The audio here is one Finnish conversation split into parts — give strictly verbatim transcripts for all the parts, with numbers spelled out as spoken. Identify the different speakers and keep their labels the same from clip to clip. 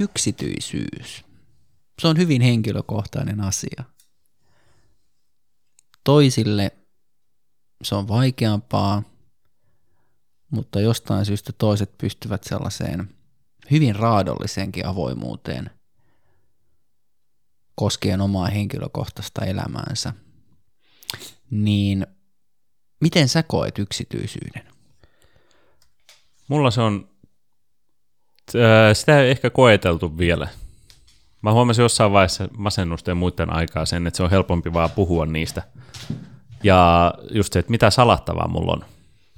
Speaker 1: yksityisyys. Se on hyvin henkilökohtainen asia. Toisille se on vaikeampaa, mutta jostain syystä toiset pystyvät sellaiseen hyvin raadolliseenkin avoimuuteen koskien omaa henkilökohtaista elämäänsä. Niin miten sä koet yksityisyyden?
Speaker 2: Mulla se on, sitä ei ehkä koeteltu vielä. Mä huomasin jossain vaiheessa masennusten ja muiden aikaa sen, että se on helpompi vaan puhua niistä. Ja just se, että mitä salattavaa mulla on.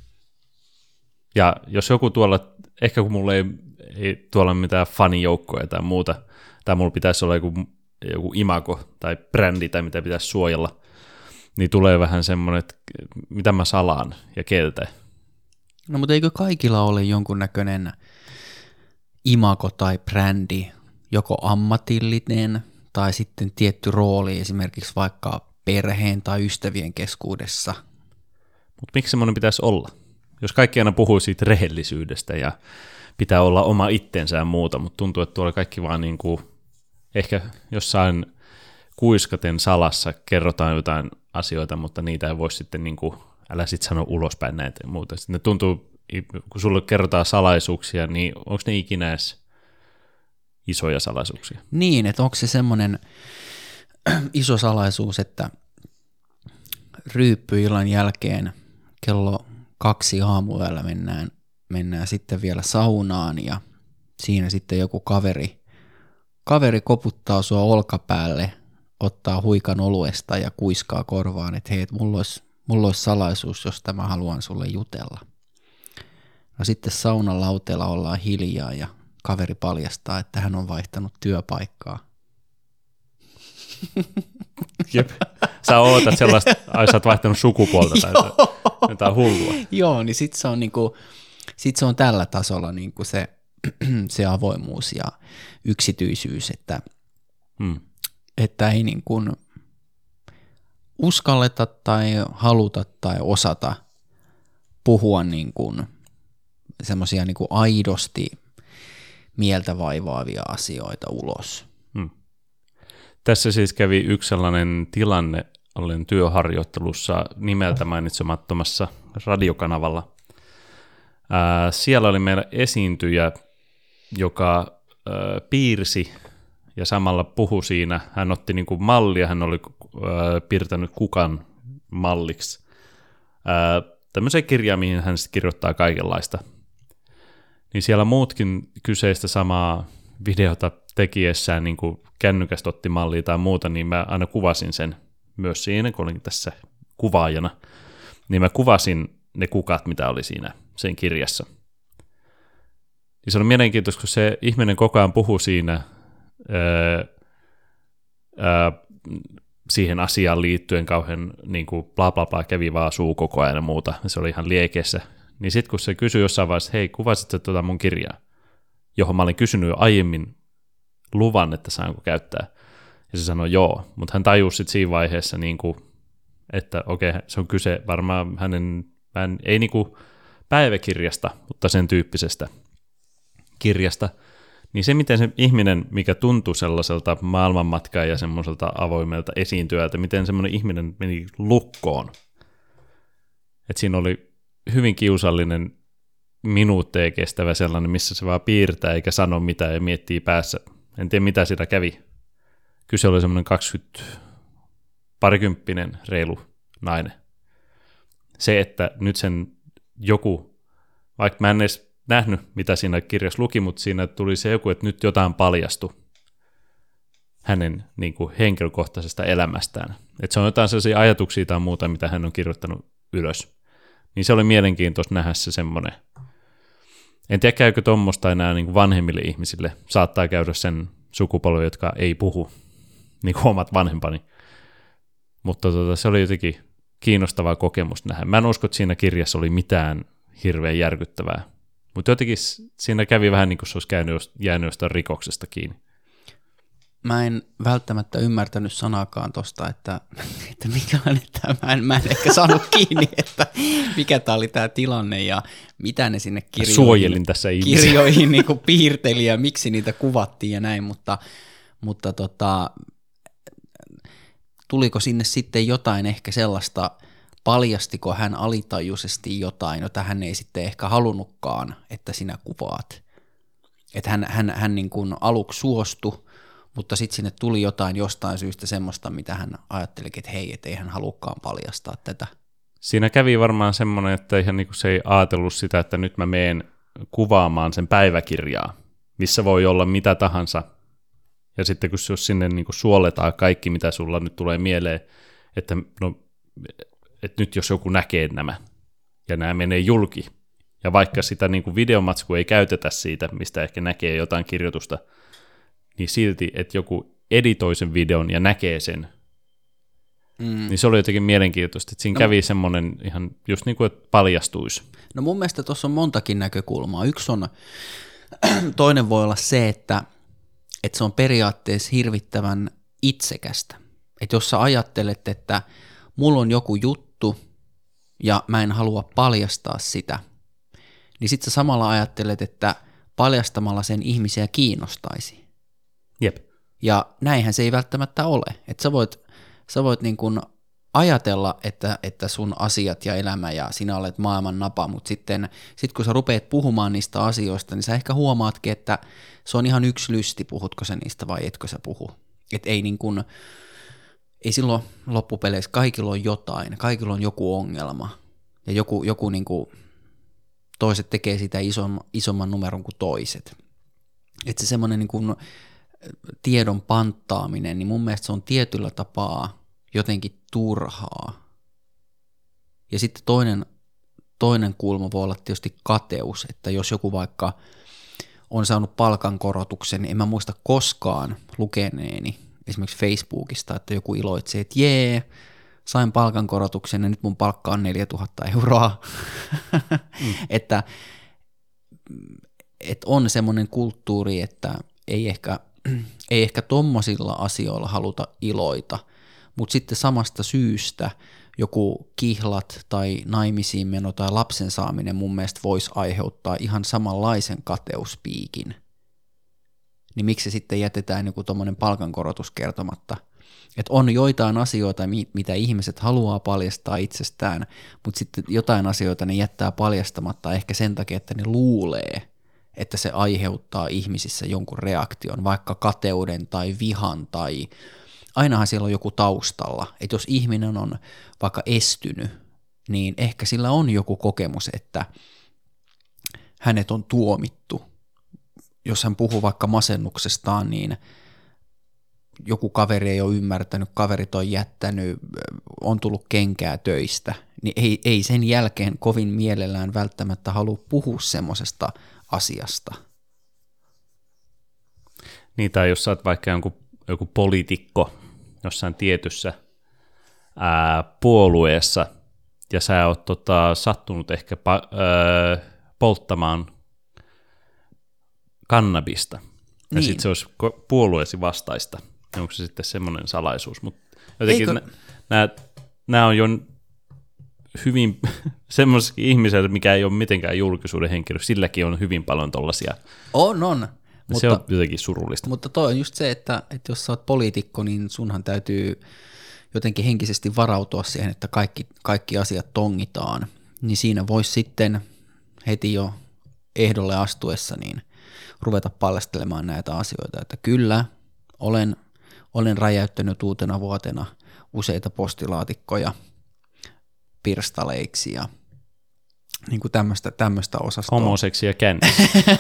Speaker 2: Ja jos joku tuolla, ehkä kun mulla ei, ei tuolla mitään fanijoukkoja tai muuta, tai mulla pitäisi olla joku, joku imago tai brändi tai mitä pitäisi suojella, niin tulee vähän semmoinen, että mitä mä salaan ja keltä.
Speaker 1: No mutta eikö kaikilla ole jonkunnäköinen imago tai brändi, joko ammatillinen tai sitten tietty rooli esimerkiksi vaikka perheen tai ystävien keskuudessa?
Speaker 2: Mutta miksi semmoinen pitäisi olla? Jos kaikki aina puhuu siitä rehellisyydestä ja pitää olla oma itsensä ja muuta, mutta tuntuu, että tuolla kaikki vaan niin kuin, ehkä jossain kuiskaten salassa kerrotaan jotain asioita, mutta niitä ei voi sitten, niin kuin, älä sitten sano ulospäin näitä ja muuta. Sitten ne tuntuu, kun sulle kerrotaan salaisuuksia, niin onko ne ikinä edes isoja salaisuuksia?
Speaker 1: Niin, että onko se semmoinen iso salaisuus, että ryyppyillan jälkeen kello kaksi aamuyöllä mennään, mennään sitten vielä saunaan ja siinä sitten joku kaveri, kaveri koputtaa sua olkapäälle, ottaa huikan oluesta ja kuiskaa korvaan, että hei, et mulla olisi, mulla olisi salaisuus, josta mä haluan sulle jutella. No sitten saunan lauteella ollaan hiljaa ja kaveri paljastaa, että hän on vaihtanut työpaikkaa.
Speaker 2: Jep. Sä ootat sellaista, ai sä oot vaihtanut sukupuolta tai jotain hullua.
Speaker 1: Joo, niin sit se on, niinku, sit se on tällä tasolla niinku se, se avoimuus ja yksityisyys, että, hmm. että ei niinku uskalleta tai haluta tai osata puhua niinku semmoisia niinku aidosti mieltä vaivaavia asioita ulos. Hmm.
Speaker 2: Tässä siis kävi yksi sellainen tilanne, olen työharjoittelussa nimeltä mainitsemattomassa radiokanavalla. Ää, siellä oli meillä esiintyjä, joka ää, piirsi ja samalla puhui siinä. Hän otti niin kuin mallia, hän oli ää, piirtänyt kukan malliksi. Ää, tämmöiseen kirjaan, mihin hän sitten kirjoittaa kaikenlaista. Niin siellä muutkin kyseistä samaa videota tekiessään niin kuin kännykästä otti mallia tai muuta, niin mä aina kuvasin sen myös siinä, kun olin tässä kuvaajana, niin mä kuvasin ne kukat, mitä oli siinä sen kirjassa. Ja se on mielenkiintoista, kun se ihminen koko ajan puhui siinä ää, ää, siihen asiaan liittyen kauhean niin kuin bla bla bla, kävi vaan suu koko ajan ja muuta, ja se oli ihan liekeissä. Niin sitten kun se kysyi jossain vaiheessa, hei, kuvasit sä tuota mun kirjaa, johon mä olin kysynyt jo aiemmin luvan, että saanko käyttää. Ja se sanoi joo, mutta hän tajusi sitten siinä vaiheessa, niin kuin, että okei, se on kyse varmaan hänen, hän, ei niin kuin päiväkirjasta, mutta sen tyyppisestä kirjasta. Niin se, miten se ihminen, mikä tuntui sellaiselta maailmanmatkaa ja semmoiselta avoimelta esiintyjältä, miten semmoinen ihminen meni lukkoon. Että siinä oli hyvin kiusallinen minuutteja kestävä sellainen, missä se vaan piirtää eikä sano mitään ja miettii päässä. En tiedä, mitä sitä kävi. Kyse oli semmoinen kaksikymmentä, parikymppinen reilu nainen. Se, että nyt sen joku, vaikka mä en edes nähnyt, mitä siinä kirjassa luki, mutta siinä tuli se joku, että nyt jotain paljastui hänen niin kuin henkilökohtaisesta elämästään. Että se on jotain sellaisia ajatuksia tai muuta, mitä hän on kirjoittanut ylös. Niin se oli mielenkiintoista nähdä se semmoinen. En tiedä, käykö tuommoista enää niin kuin vanhemmille ihmisille. Saattaa käydä sen sukupolvi, jotka ei puhu, niin kuin omat vanhempani. Mutta tota, se oli jotenkin kiinnostava kokemus nähdä. Mä en usko, että siinä kirjassa oli mitään hirveän järkyttävää. Mutta jotenkin siinä kävi vähän niin kuin se olisi käynyt, jäänyt jostain rikoksesta kiinni.
Speaker 1: mä en välttämättä ymmärtänyt sanaakaan tosta, että, että mikä on, että mä en, mä en ehkä saanut kiinni, että mikä tää oli tää tilanne ja mitä ne sinne kirjoihin,
Speaker 2: Suojelin tässä
Speaker 1: kirjoihin niin kuin piirteli ja miksi niitä kuvattiin ja näin, mutta, mutta tota, tuliko sinne sitten jotain ehkä sellaista, paljastiko hän alitajuisesti jotain, jota hän ei sitten ehkä halunnutkaan, että sinä kuvaat. Että hän, hän, hän niin kuin aluksi suostui, mutta sitten sinne tuli jotain jostain syystä semmoista, mitä hän ajattelikin, että hei, et ei hän halukaan paljastaa tätä.
Speaker 2: Siinä kävi varmaan semmoinen, että ihan niin kuin se ei ajatellut sitä, että nyt mä meen kuvaamaan sen päiväkirjaa, missä voi olla mitä tahansa. Ja sitten kun jos sinne niin kuin suoletaan kaikki, mitä sulla nyt tulee mieleen, että, no, että nyt jos joku näkee nämä, ja nämä menee julki, ja vaikka sitä niin kuin videomatskua ei käytetä siitä, mistä ehkä näkee jotain kirjoitusta, niin silti, että joku editoi sen videon ja näkee sen, mm. niin se oli jotenkin mielenkiintoista, että siinä no, kävi semmoinen ihan just niin kuin, että paljastuisi.
Speaker 1: No mun mielestä tuossa on montakin näkökulmaa. Yksi on, toinen voi olla se, että, että se on periaatteessa hirvittävän itsekästä. Että jos sä ajattelet, että mulla on joku juttu ja mä en halua paljastaa sitä, niin sit sä samalla ajattelet, että paljastamalla sen ihmisiä kiinnostaisi.
Speaker 2: Jep.
Speaker 1: Ja näinhän se ei välttämättä ole. Että sä voit, sä voit niin kuin ajatella, että, että sun asiat ja elämä ja sinä olet maailman napa, mutta sitten sit kun sä rupeat puhumaan niistä asioista, niin sä ehkä huomaatkin, että se on ihan yksi lysti, puhutko sä niistä vai etkö sä puhu. Että ei niin kuin, ei silloin loppupeleissä, kaikilla on jotain, kaikilla on joku ongelma ja joku, joku niin kuin, toiset tekee sitä ison, isomman numeron kuin toiset. Että se semmoinen niin kuin tiedon panttaaminen, niin mun mielestä se on tietyllä tapaa jotenkin turhaa. Ja sitten toinen, toinen kulma voi olla tietysti kateus, että jos joku vaikka on saanut palkankorotuksen, niin en mä muista koskaan lukeneeni esimerkiksi Facebookista, että joku iloitsee, että jee, sain palkankorotuksen ja nyt mun palkka on neljätuhatta euroa. mm. että, että on semmoinen kulttuuri, että ei ehkä, ei ehkä tommosilla asioilla haluta iloita, mutta sitten samasta syystä joku kihlat tai naimisiin meno tai lapsen saaminen mun mielestä voisi aiheuttaa ihan samanlaisen kateuspiikin. Niin miksi sitten jätetään joku tommoinen palkankorotus kertomatta? Että on joitain asioita, mitä ihmiset haluaa paljastaa itsestään, mutta sitten jotain asioita ne jättää paljastamatta ehkä sen takia, että ne luulee, että se aiheuttaa ihmisissä jonkun reaktion, vaikka kateuden tai vihan tai ainahan siellä on joku taustalla. Että jos ihminen on vaikka estynyt, niin ehkä sillä on joku kokemus, että hänet on tuomittu. Jos hän puhuu vaikka masennuksestaan, niin joku kaveri ei ole ymmärtänyt, kaverit on jättänyt, on tullut kenkää töistä, niin ei, ei sen jälkeen kovin mielellään välttämättä halua puhua semmoisesta asiasta.
Speaker 2: Niin, tai jos sä oot vaikka joku, joku poliitikko jossain tietyssä ää, puolueessa, ja sä oot tota, sattunut ehkä pa- ää, polttamaan kannabista, ja niin. Sitten se olisi puolueesi vastaista. Onko se sitten semmoinen salaisuus? Mutta jotenkin nämä on jo hyvin semmoisia ihmisiä, mikä ei ole mitenkään julkisuuden henkilö, silläkin on hyvin paljon tollaisia.
Speaker 1: On, on.
Speaker 2: Mutta, se on jotenkin surullista.
Speaker 1: Mutta toi on just se, että, että jos sä oot poliitikko, niin sunhan täytyy jotenkin henkisesti varautua siihen, että kaikki, kaikki asiat tongitaan. Niin siinä voisi sitten heti jo ehdolle astuessa niin ruveta paljastelemaan näitä asioita, että kyllä, olen, olen räjäyttänyt uutena vuotena useita postilaatikkoja pirstaleiksi ja niin kuin tämmöistä, tämmöistä osastoa.
Speaker 2: Homoseksia kännissä.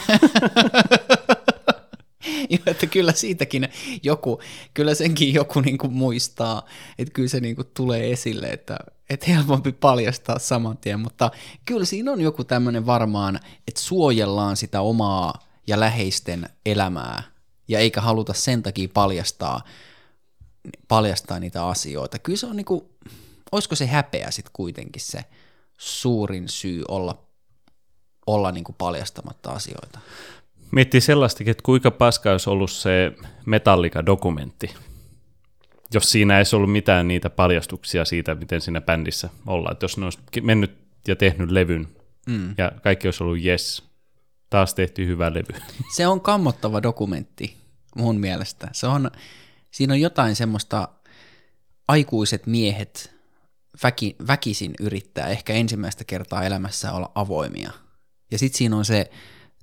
Speaker 1: Joo, että kyllä siitäkin joku, kyllä senkin joku niin kuin muistaa, että kyllä se niin kuin tulee esille, että, että helpompi paljastaa saman tien, mutta kyllä siinä on joku tämmöinen varmaan, että suojellaan sitä omaa ja läheisten elämää, ja eikä haluta sen takia paljastaa, paljastaa niitä asioita. Kyllä se on niin kuin, olisiko se häpeä sitten kuitenkin se suurin syy olla, olla niin kuin paljastamatta asioita?
Speaker 2: Miettii sellaistakin, että kuinka paska olisi ollut se Metallica-dokumentti, jos siinä ei olisi ollut mitään niitä paljastuksia siitä, miten siinä bändissä ollaan. Että jos ne olisi mennyt ja tehnyt levyn, mm. ja kaikki olisi ollut yes, taas tehty hyvä levy.
Speaker 1: Se on kammottava dokumentti mun mielestä. Se on, siinä on jotain semmoista, aikuiset miehet väki, väkisin yrittää ehkä ensimmäistä kertaa elämässä olla avoimia. Ja sitten siinä on se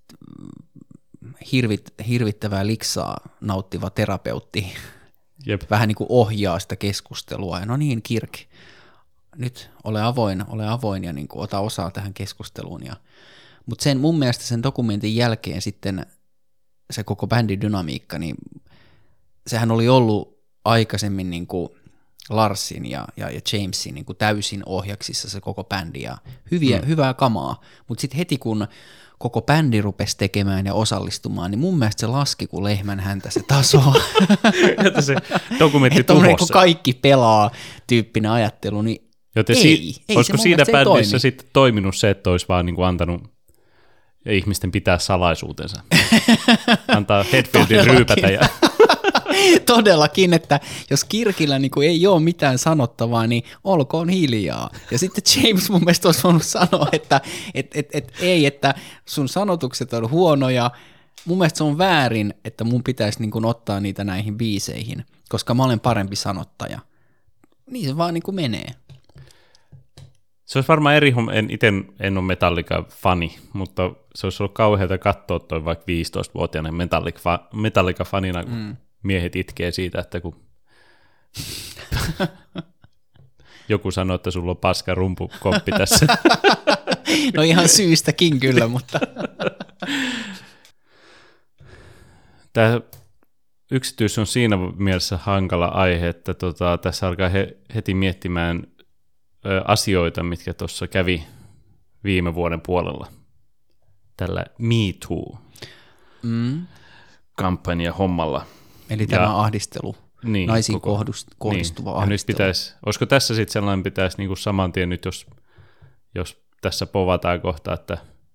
Speaker 1: hirvit, hirvittävää liksaa nauttiva terapeutti, Jep. vähän niin kuin ohjaa sitä keskustelua. Ja no niin, Kirk, nyt ole avoin, ole avoin ja niin kuin ota osaa tähän keskusteluun. Ja, mutta sen, mun mielestä sen dokumentin jälkeen sitten se koko bändin dynamiikka, niin sehän oli ollut aikaisemmin niin kuin Larsin ja, ja, ja Jamesin niin kuin täysin ohjaksissa se koko bändi ja hyviä, mm. hyvää kamaa, mutta sitten heti kun koko bändi rupesi tekemään ja osallistumaan, niin mun mielestä se laski kuin lehmän häntä se taso.
Speaker 2: Joten se dokumentti
Speaker 1: tuhosi. Kaikki pelaa tyyppinen ajattelu, niin
Speaker 2: Joten
Speaker 1: ei.
Speaker 2: Si-
Speaker 1: ei
Speaker 2: olisiko siinä bändissä sitten toiminut se, että olisi vaan niin kuin antanut ihmisten pitää salaisuutensa? Antaa Hetfieldin ryypätä ja...
Speaker 1: Todellakin, että jos Kirkillä niin kuin ei ole mitään sanottavaa, niin olkoon hiljaa. Ja sitten James mun mielestä olisi voinut sanoa, että et, et, et, ei, että sun sanotukset on huonoja. Mun mielestä se on väärin, että mun pitäisi niin kuin ottaa niitä näihin biiseihin, koska mä olen parempi sanottaja. Niin se vaan niin kuin menee.
Speaker 2: Se olisi varmaan eri, en itse en ole Metallica-fani, mutta se olisi ollut kauheata katsoa toi vaikka viisitoistavuotiaana Metallica-fanina, kun mm. miehet itkee siitä, että kun joku sanoo, että sulla on paska rumpukoppi tässä.
Speaker 1: No ihan syystäkin kyllä, mutta...
Speaker 2: Tämä yksityis on siinä mielessä hankala aihe, että tota, tässä alkaa he, heti miettimään ö, asioita, mitkä tuossa kävi viime vuoden puolella. Tällä Me Too-kampanja hommalla.
Speaker 1: Eli tämä ja, ahdistelu, niin, naisiin koko, kohdistuva niin, ahdistelu.
Speaker 2: Ja nyt pitäisi, olisiko tässä sitten sellainen, pitäisi niinku saman tien nyt, jos, jos tässä povataan kohta, että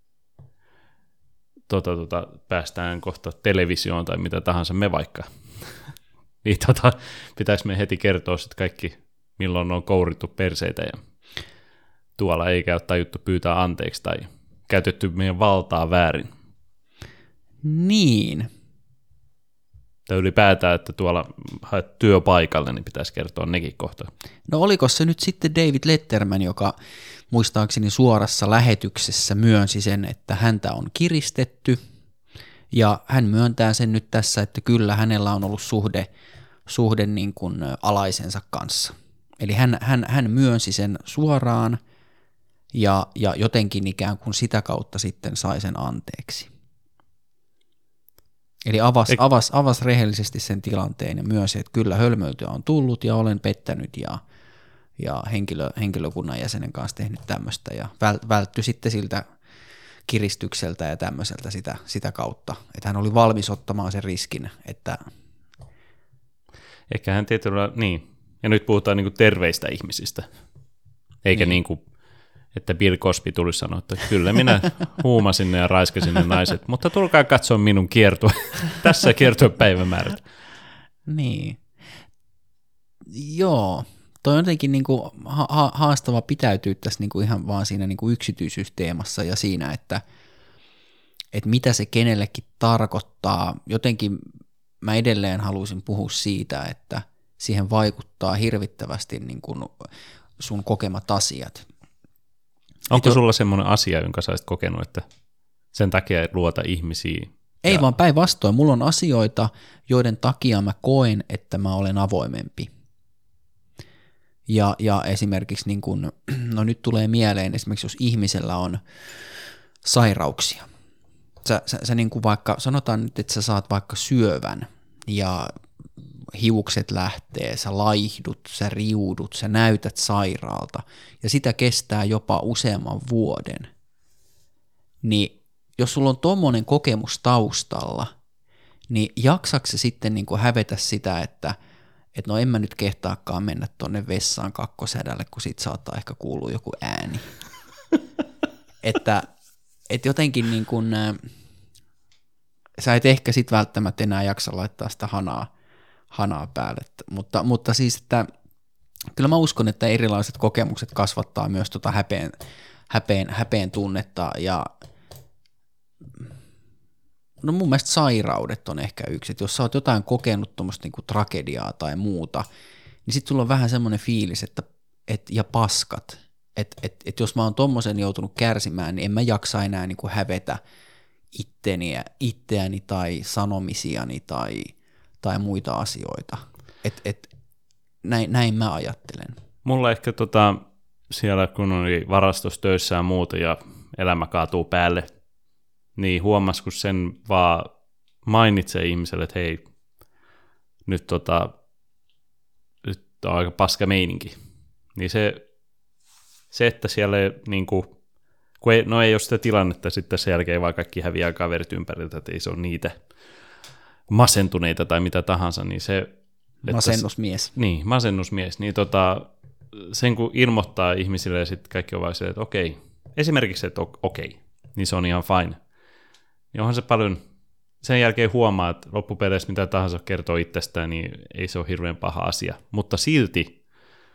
Speaker 2: tota, tota, päästään kohta televisioon tai mitä tahansa me vaikka, niin tota, pitäisi me heti kertoa sitten kaikki, milloin on kourittu perseitä ja tuolla eikä ole tajuttu pyytää anteeksi tai käytetty meidän valtaa väärin.
Speaker 1: Niin.
Speaker 2: Tai ylipäätään, että tuolla haet työpaikalle, niin pitäisi kertoa nekin kohta.
Speaker 1: No oliko se nyt sitten David Letterman, joka muistaakseni suorassa lähetyksessä myönsi sen, että häntä on kiristetty, ja hän myöntää sen nyt tässä, että kyllä hänellä on ollut suhde, suhde niin kuin alaisensa kanssa. Eli hän, hän, hän myönsi sen suoraan, ja, ja jotenkin ikään kuin sitä kautta sitten sai sen anteeksi. Eli avasi avas, avas rehellisesti sen tilanteen ja myönsi, että kyllä hölmöytyä on tullut ja olen pettänyt ja, ja henkilö, henkilökunnan jäsenen kanssa tehnyt tämmöistä ja väl, välttyi sitten siltä kiristykseltä ja tämmöiseltä sitä, sitä kautta, että hän oli valmis ottamaan sen riskin, että...
Speaker 2: Ehkä hän tietyllä, niin, ja nyt puhutaan niinku terveistä ihmisistä, eikä niin. niinku, että Bill Cosby tuli sanoa, että kyllä minä huumasin ja raiskasin ne naiset, mutta tulkaa katsoa minun kiertue, tässä kiertuepäivämäärät.
Speaker 1: Niin, joo, toi on jotenkin niinku ha- haastava pitäytyä tässä niinku ihan vaan siinä niinku yksityisyysteemassa ja siinä, että, että mitä se kenellekin tarkoittaa. Jotenkin mä edelleen haluaisin puhua siitä, että siihen vaikuttaa hirvittävästi niinku sun kokemat asiat.
Speaker 2: Onko sulla semmoinen asia, jonka sä olisit kokenut, että sen takia ei luota ihmisiä?
Speaker 1: Ei
Speaker 2: ja...
Speaker 1: vaan päinvastoin. Mulla on asioita, joiden takia mä koen, että mä olen avoimempi. Ja, ja esimerkiksi, niin kun, no nyt tulee mieleen, esimerkiksi jos ihmisellä on sairauksia. Sä, sä, sä niin kuin vaikka, sanotaan nyt, että sä saat vaikka syövän ja hiukset lähtee, sä laihdut, sä riudut, sä näytät sairaalta ja sitä kestää jopa useamman vuoden. Niin jos sulla on tommonen kokemus taustalla, niin jaksatko se sitten niin kuin hävetä sitä, että et no en mä nyt kehtaakaan mennä tonne vessaan kakkoshädälle, kun sit saattaa ehkä kuulua joku ääni. että et jotenkin niin kuin, sä et ehkä sit välttämättä enää jaksa laittaa sitä hanaa, hanaa päälle, mutta, mutta siis, että kyllä mä uskon, että erilaiset kokemukset kasvattaa myös tota häpeen, häpeen, häpeen tunnetta, ja no mun mielestä sairaudet on ehkä yksi, että jos sä oot jotain kokenut tuommoista niinku tragediaa tai muuta, niin sit sulla on vähän semmoinen fiilis, että et, ja paskat, että et, et jos mä oon tommosen joutunut kärsimään, niin en mä jaksa enää niinku hävetä itteni, itseäni tai sanomisiani tai, tai muita asioita. Et, et, näin, näin mä ajattelen.
Speaker 2: Mulla ehkä tota, siellä kun oli varastostöissä ja muuta ja elämä kaatuu päälle, niin huomas, kun sen vaan mainitsee ihmiselle, että hei, nyt, tota, nyt on aika paska meininki. Niin se, se että siellä niin kuin, kun ei, no ei ole sitä tilannetta, sitten sen jälkeen vaan kaikki häviää kaverit ympäriltä, että ei se ole niitä masentuneita tai mitä tahansa, niin se...
Speaker 1: Masennusmies.
Speaker 2: Että, niin, masennusmies. Niin tota, sen kun ilmoittaa ihmisille ja sitten kaikki on vaan silleen, että okei, esimerkiksi, että okei, niin se on ihan fine. Niin onhan se paljon, sen jälkeen huomaa, että loppupeleissä mitä tahansa kertoo itsestään, niin ei se ole hirveän paha asia. Mutta silti,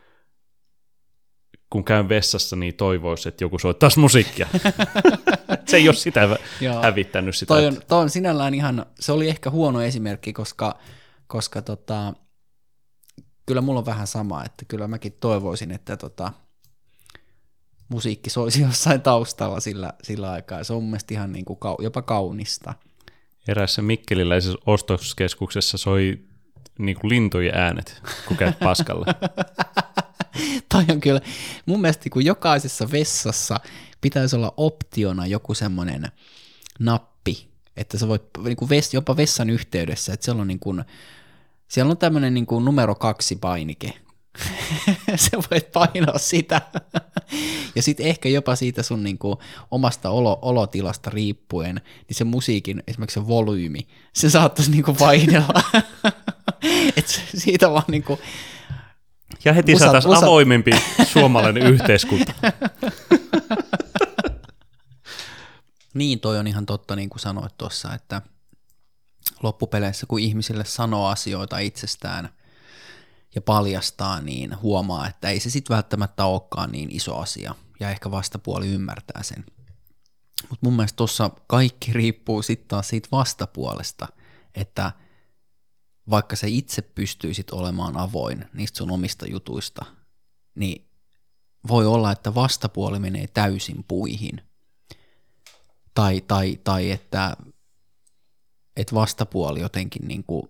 Speaker 2: kun käyn vessassa, niin toivoisi, että joku soittaisi musiikkia. Se ei ole sitä hävittänyt sitä.
Speaker 1: Toi on, toi on sinällään ihan, se oli ehkä huono esimerkki, koska, koska tota, kyllä mulla on vähän sama, että kyllä mäkin toivoisin, että tota, musiikki soisi jossain taustalla sillä, sillä aikaa. Se on mun mielestä ihan niin kuin kau, jopa kaunista.
Speaker 2: Eräässä mikkeliläisessä ostoskeskuksessa soi niin kuin lintujen äänet, kun käyt paskalla.
Speaker 1: Toi on kyllä, mun mielestä kun jokaisessa vessassa pitäisi olla optiona joku semmoinen nappi, että sä voit niin kuin ves, jopa vessan yhteydessä, että siellä on, niin kuin, siellä on tämmöinen niin kuin numero kaksi painike. Sä voit painaa sitä. Ja sitten ehkä jopa siitä sun niin kuin omasta olo, olotilasta riippuen, niin se musiikin, esimerkiksi se volyymi, se saattaisi niin kuin painella. Että siitä vaan niin kuin
Speaker 2: ja heti
Speaker 1: Musat,
Speaker 2: saataisiin
Speaker 1: musat.
Speaker 2: avoimempi suomalainen yhteiskunta.
Speaker 1: Niin, toi on ihan totta, niin kuin sanoit tuossa, että loppupeleissä, kun ihmisille sanoo asioita itsestään ja paljastaa, niin huomaa, että ei se sitten välttämättä olekaan niin iso asia, ja ehkä vastapuoli ymmärtää sen. Mutta mun mielestä tuossa kaikki riippuu sitten taas siitä vastapuolesta, että vaikka sä itse pystyisit olemaan avoin niistä sun omista jutuista, niin voi olla, että vastapuoli menee täysin puihin. Tai, tai, tai että, että vastapuoli jotenkin niin kuin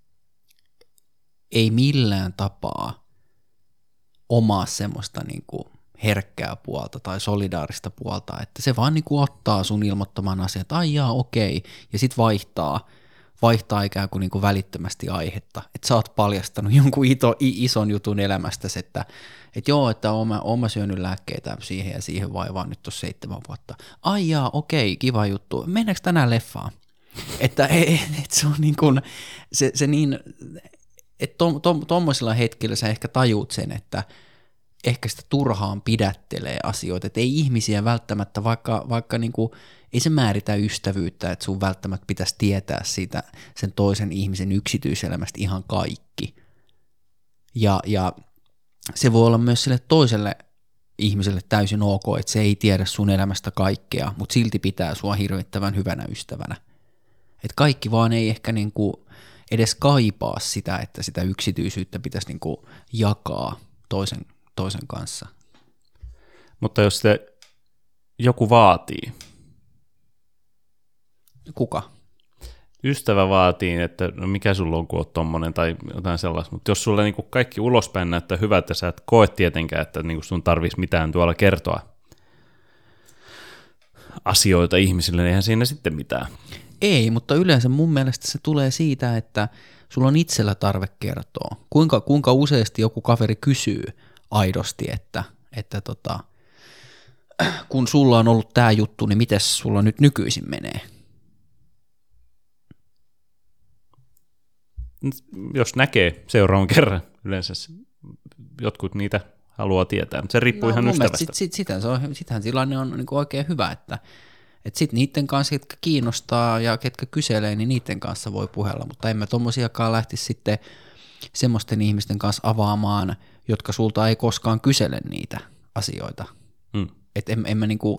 Speaker 1: ei millään tapaa omaa semmoista niin kuin herkkää puolta tai solidaarista puolta, että se vaan niin kuin ottaa sun ilmoittaman asian, että ai jaa, okei, ja sit vaihtaa, vaihtaa ikään kuin, niin kuin välittömästi aihetta, että sä oot paljastanut jonkun ito, ison jutun elämästäsi, että, että joo, että oon mä, oon mä syönyt lääkkeitä siihen ja siihen vaivaan nyt tuossa seitsemän vuotta. Ai jaa, okei, kiva juttu. Mennäänkö tänään leffaan? Että et se on niin kuin, se, se niin, että to, to, tommoisilla hetkillä sä ehkä tajuut sen, että ehkä sitä turhaan pidättelee asioita, että ei ihmisiä välttämättä, vaikka, vaikka niin kuin, ei se määritä ystävyyttä, että sun välttämättä pitäisi tietää siitä sen toisen ihmisen yksityiselämästä ihan kaikki. Ja, ja se voi olla myös sille toiselle ihmiselle täysin ok, että se ei tiedä sun elämästä kaikkea, mutta silti pitää sua hirvittävän hyvänä ystävänä. Että kaikki vaan ei ehkä niin kuin edes kaipaa sitä, että sitä yksityisyyttä pitäisi niin kuin jakaa toisen, toisen kanssa.
Speaker 2: Mutta jos se joku vaatii.
Speaker 1: Kuka?
Speaker 2: Ystävä vaatii, että no mikä sulla on, kun oot tommonen tai jotain sellaista, mutta jos sulle niin kuin kaikki ulospäin näyttää hyvältä, että sä et koe tietenkään, että niin kuin sun tarvitsisi mitään tuolla kertoa asioita ihmisille, niin eihän siinä sitten mitään.
Speaker 1: Ei, mutta yleensä mun mielestä se tulee siitä, että sulla on itsellä tarve kertoa. Kuinka, kuinka useasti joku kaveri kysyy aidosti, että, että tota, kun sulla on ollut tää juttu, niin mites sulla nyt nykyisin menee?
Speaker 2: Jos näkee seuraavan kerran, yleensä jotkut niitä haluaa tietää, mutta se riippuu
Speaker 1: no,
Speaker 2: ihan ystävästä.
Speaker 1: Sit, sit, sitähän, se on, sitähän tilanne on niin kuin oikein hyvä, että Että sitten niiden kanssa, ketkä kiinnostaa ja ketkä kyselee, niin niiden kanssa voi puhella, mutta en mä tommosiakaan lähtisi sitten semmoisten ihmisten kanssa avaamaan, jotka sulta ei koskaan kysele niitä asioita. Mm. Että en, en mä niinku,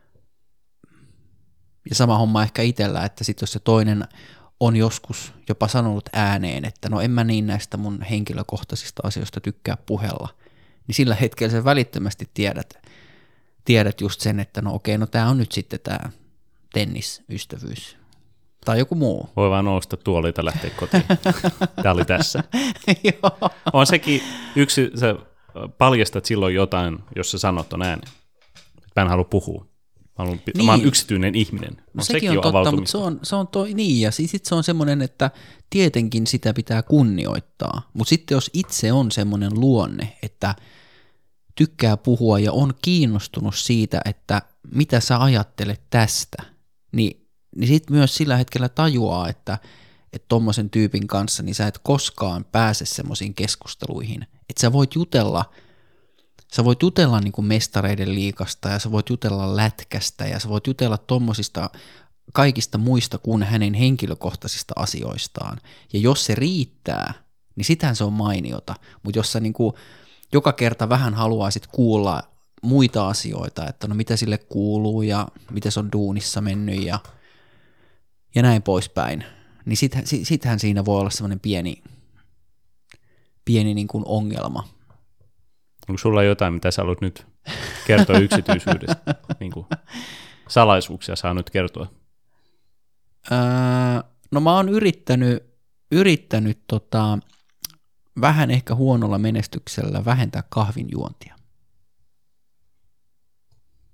Speaker 1: ja sama homma ehkä itsellä, että sitten jos se toinen on joskus jopa sanonut ääneen, että no en mä niin näistä mun henkilökohtaisista asioista tykkää puhella, niin sillä hetkellä sä välittömästi tiedät, tiedät just sen, että no okei, no tää on nyt sitten tää tennisystävyys tai joku muu.
Speaker 2: Voi vaan nousta tuolilta ja lähteä kotiin. Tää oli tässä. On sekin yksi, sä paljastat silloin jotain, jos sä sanot ton äänen. Mä en halua puhua. Mä, haluan, niin. Mä oon yksityinen ihminen. No,
Speaker 1: no sekin, sekin on totta, mutta se on, se on toi, niin, ja sitten se on semmoinen, että tietenkin sitä pitää kunnioittaa, mutta sitten jos itse on semmoinen luonne, että tykkää puhua ja on kiinnostunut siitä, että mitä sä ajattelet tästä, niin, niin sitten myös sillä hetkellä tajuaa, että että tommosen tyypin kanssa niin sä et koskaan pääse semmoisiin keskusteluihin, että sä voit jutella Sä voit jutella niin kuin mestareiden liigasta ja sä voit jutella lätkästä ja sä voit jutella tommosista kaikista muista kuin hänen henkilökohtaisista asioistaan. Ja jos se riittää, niin sitähän se on mainiota. Mutta jos sä niin kuin joka kerta vähän haluaisit kuulla muita asioita, että no mitä sille kuuluu ja miten se on duunissa mennyt ja, ja näin poispäin, niin sit, sit, sittenhän siinä voi olla semmoinen pieni, pieni niin kuin ongelma.
Speaker 2: Onko sulla jotain, mitä sä haluat nyt kertoa yksityisyydestä? Niin kuin salaisuuksia saa nyt kertoa.
Speaker 1: Öö, no mä oon yrittänyt, yrittänyt tota, vähän ehkä huonolla menestyksellä vähentää kahvin juontia.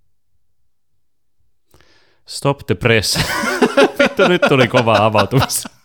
Speaker 2: Stop the press. Vittu, nyt tuli kova avautumista.